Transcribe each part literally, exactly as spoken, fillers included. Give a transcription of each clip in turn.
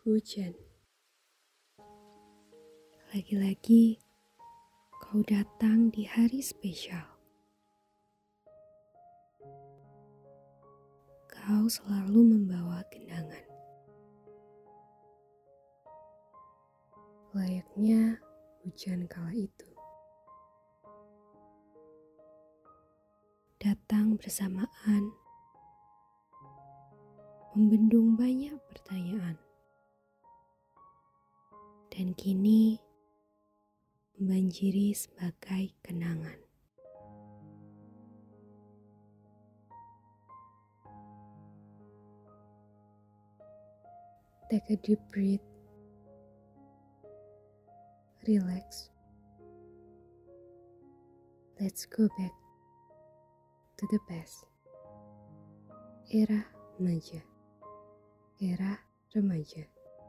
Hujan. Lagi-lagi kau datang di hari spesial. Kau selalu membawa kenangan. Layaknya hujan kala itu. Datang bersamaan, membendung banyak pertanyaan. Dan kini membanjiri sebagai kenangan. Take a deep breath. Relax. Let's go back to the past. Era remaja. Era remaja.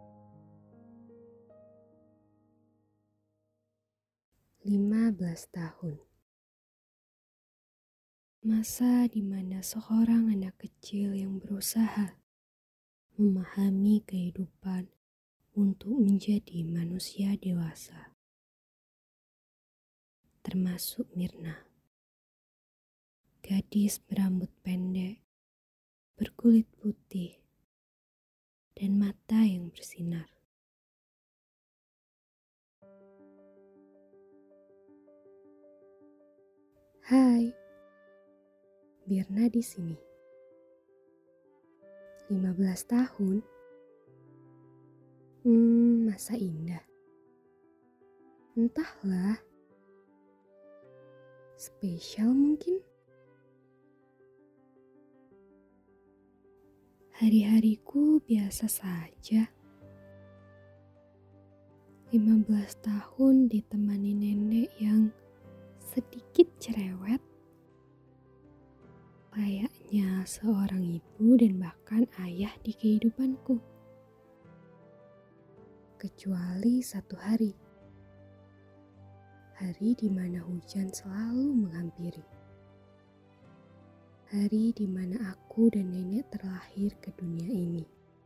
lima belas tahun. Masa di mana seorang anak kecil yang berusaha memahami kehidupan untuk menjadi manusia dewasa. Termasuk Mirna. Gadis berambut pendek, berkulit putih, dan mata yang bersinar. Hai, Mirna di sini. lima belas tahun. Hmm, masa indah. Entahlah. Spesial mungkin. Hari-hariku biasa saja. lima belas tahun ditemani nenek yang sedikit cerewet. Layaknya seorang ibu dan bahkan ayah di kehidupanku. Kecuali satu hari. Hari di mana hujan selalu menghampiri. Hari di mana aku dan nenek terlahir ke dunia ini.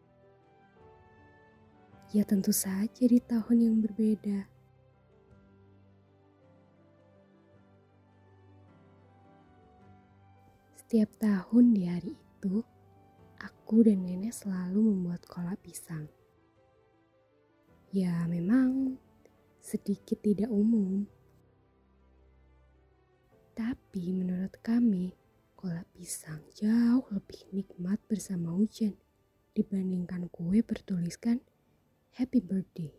Ya tentu saja di tahun yang berbeda. Setiap tahun di hari itu, aku dan nenek selalu membuat kolak pisang. Ya memang sedikit tidak umum. Tapi menurut kami, kolak pisang jauh lebih nikmat bersama hujan dibandingkan kue bertuliskan Happy Birthday.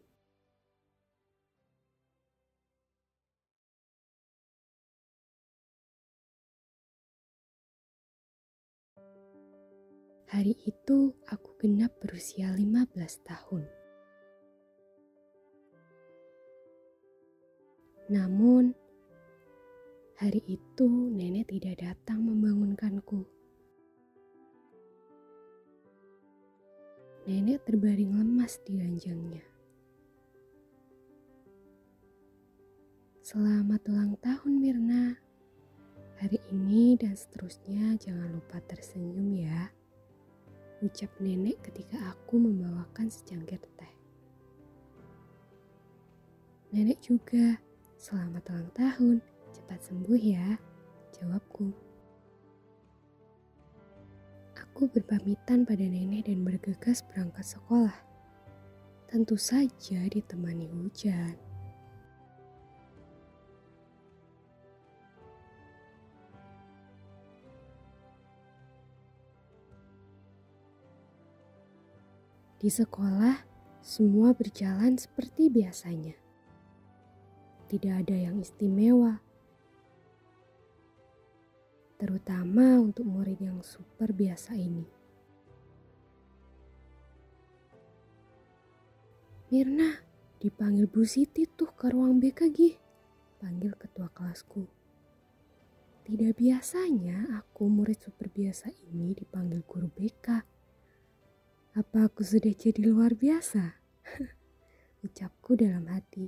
Hari itu aku genap berusia lima belas tahun. Namun, hari itu nenek tidak datang membangunkanku. Nenek terbaring lemas di ranjangnya. Selamat ulang tahun Mirna. Hari ini dan seterusnya jangan lupa tersenyum ya. Ucap nenek ketika aku membawakan secangkir teh. Nenek juga, selamat ulang tahun, cepat sembuh ya, jawabku. Aku berpamitan pada nenek dan bergegas berangkat sekolah. Tentu saja ditemani hujan. Di sekolah, semua berjalan seperti biasanya. Tidak ada yang istimewa. Terutama untuk murid yang super biasa ini. Mirna, dipanggil Bu Siti tuh ke ruang B K G, panggil ketua kelasku. Tidak biasanya aku murid super biasa ini dipanggil guru B K. Apa aku sudah jadi luar biasa? Ucapku dalam hati.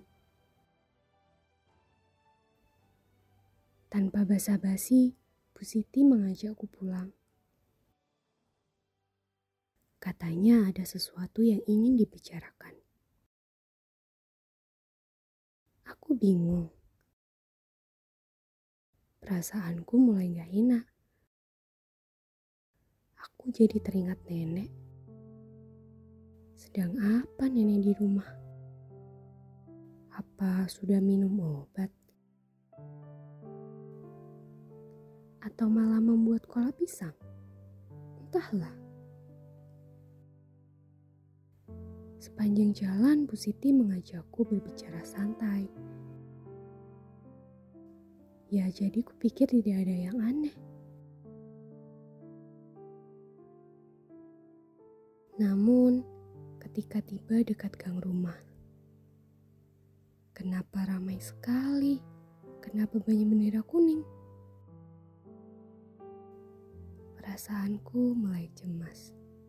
Tanpa basa-basi, Bu Siti mengajakku pulang. Katanya ada sesuatu yang ingin dibicarakan. Aku bingung. Perasaanku mulai gak enak. Aku jadi teringat nenek. Sedang apa nenek di rumah? Apa sudah minum obat? Atau malah membuat kolak pisang? Entahlah. Sepanjang jalan, Bu Siti mengajakku berbicara santai. Ya, jadi kupikir tidak ada yang aneh. Namun, ketika tiba dekat gang rumah, kenapa ramai sekali? Kenapa banyak bendera kuning? Perasaanku mulai cemas.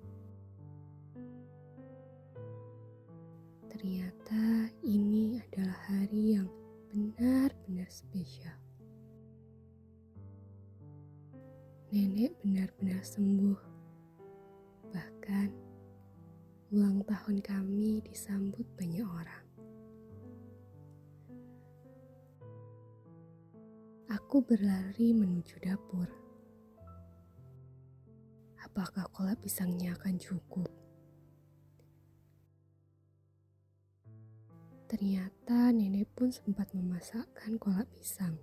Ternyata ini adalah hari yang benar-benar spesial. Nenek benar-benar sembuh. Bahkan ulang tahun kami disambut banyak orang. Aku berlari menuju dapur. Apakah kolak pisangnya akan cukup? Ternyata nenek pun sempat memasakkan kolak pisang.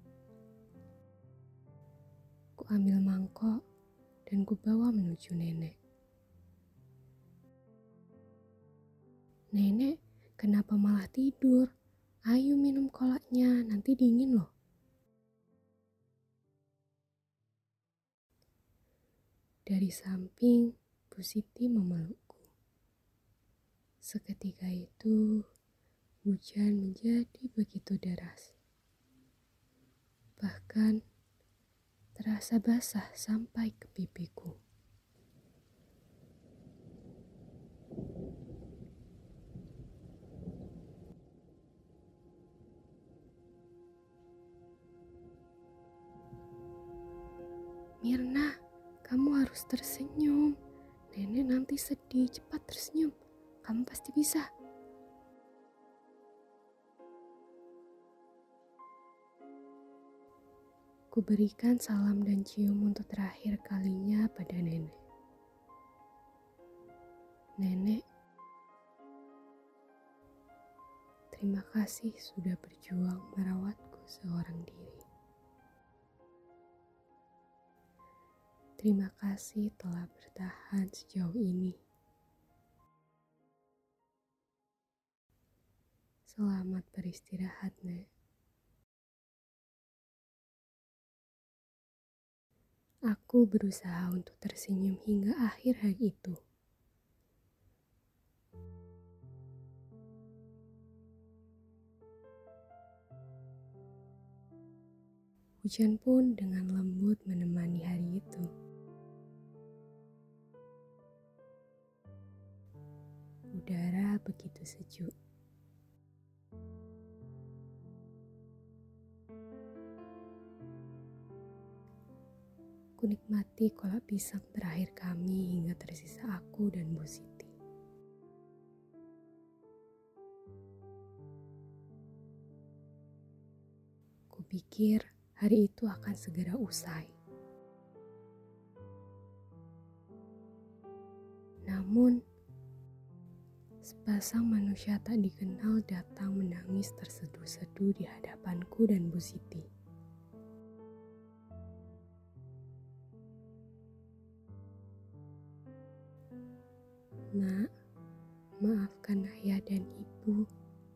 Ku ambil mangkok dan ku bawa menuju nenek. Nenek, kenapa malah tidur? Ayo minum kolaknya, nanti dingin loh. Dari samping, Bu Siti memelukku. Seketika itu, hujan menjadi begitu deras. Bahkan terasa basah sampai ke pipiku. Mirna, kamu harus tersenyum. Nenek nanti sedih, cepat tersenyum. Kamu pasti bisa. Ku berikan salam dan cium untuk terakhir kalinya pada nenek. Nenek, terima kasih sudah berjuang merawatku seorang diri. Terima kasih telah bertahan sejauh ini. Selamat beristirahat, Nek. Aku berusaha untuk tersenyum hingga akhir hari itu. Hujan pun dengan lembut menemani hari itu. Udara begitu sejuk. Ku nikmati kolak pisang terakhir kami hingga tersisa aku dan Bu Siti. Kupikir hari itu akan segera usai. Namun, sepasang manusia tak dikenal datang menangis terseduh-seduh di hadapanku dan Bu Siti. Nak, maafkan ayah dan ibu,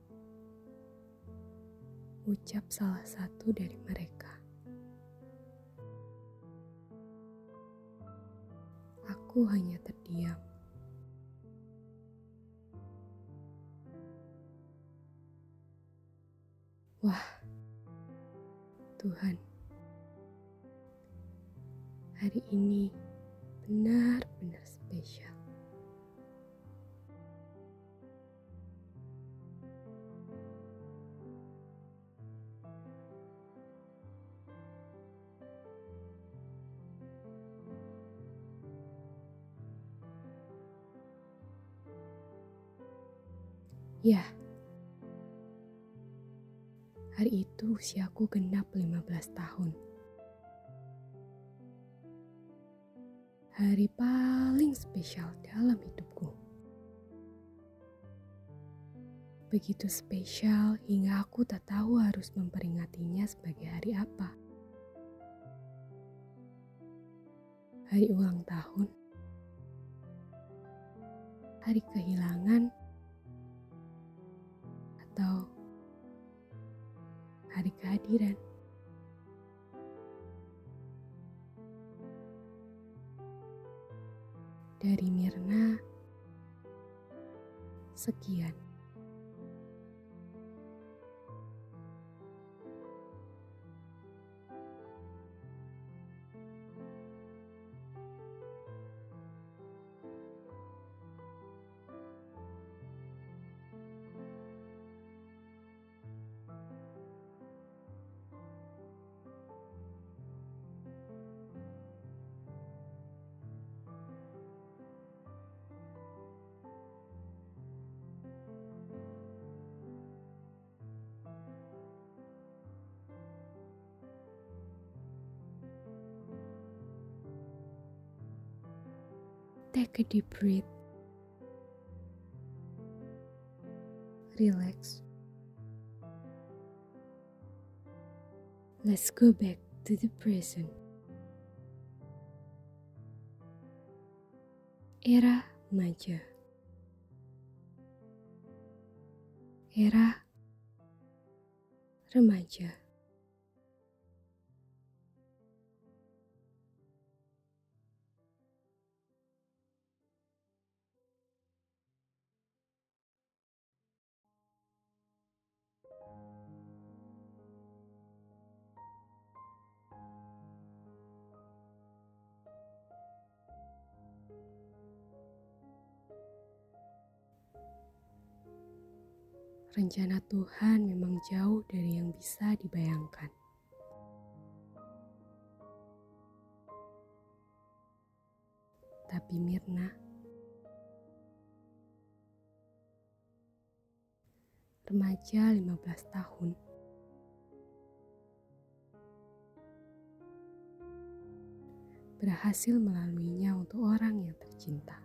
ucap salah satu dari mereka. Aku hanya terdiam. Wah, Tuhan, hari ini benar-benar spesial. Ya, hari itu usiaku genap lima belas tahun. Hari paling spesial dalam hidupku. Begitu spesial hingga aku tak tahu harus memperingatinya sebagai hari apa. Hari ulang tahun, hari kehilangan, atau hari kehadiran. Dari Mirna, sekian. Take a deep breath. Relax. Let's go back to the present. Era remaja. Era remaja. Rencana Tuhan memang jauh dari yang bisa dibayangkan. Tapi Mirna, remaja lima belas tahun, berhasil melaluinya untuk orang yang tercinta.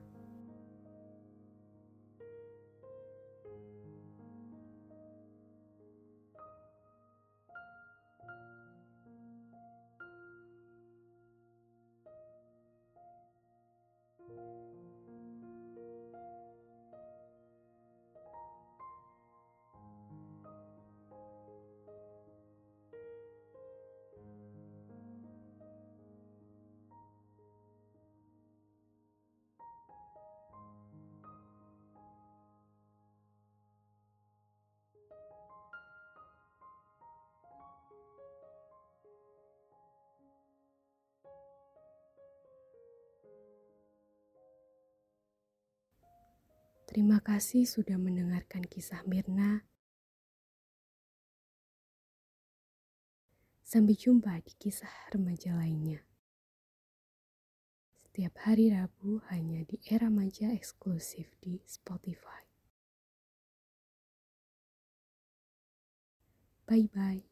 Terima kasih sudah mendengarkan kisah Mirna. Sampai jumpa di kisah remaja lainnya. Setiap hari Rabu hanya di Era Remaja eksklusif di Spotify. Bye-bye.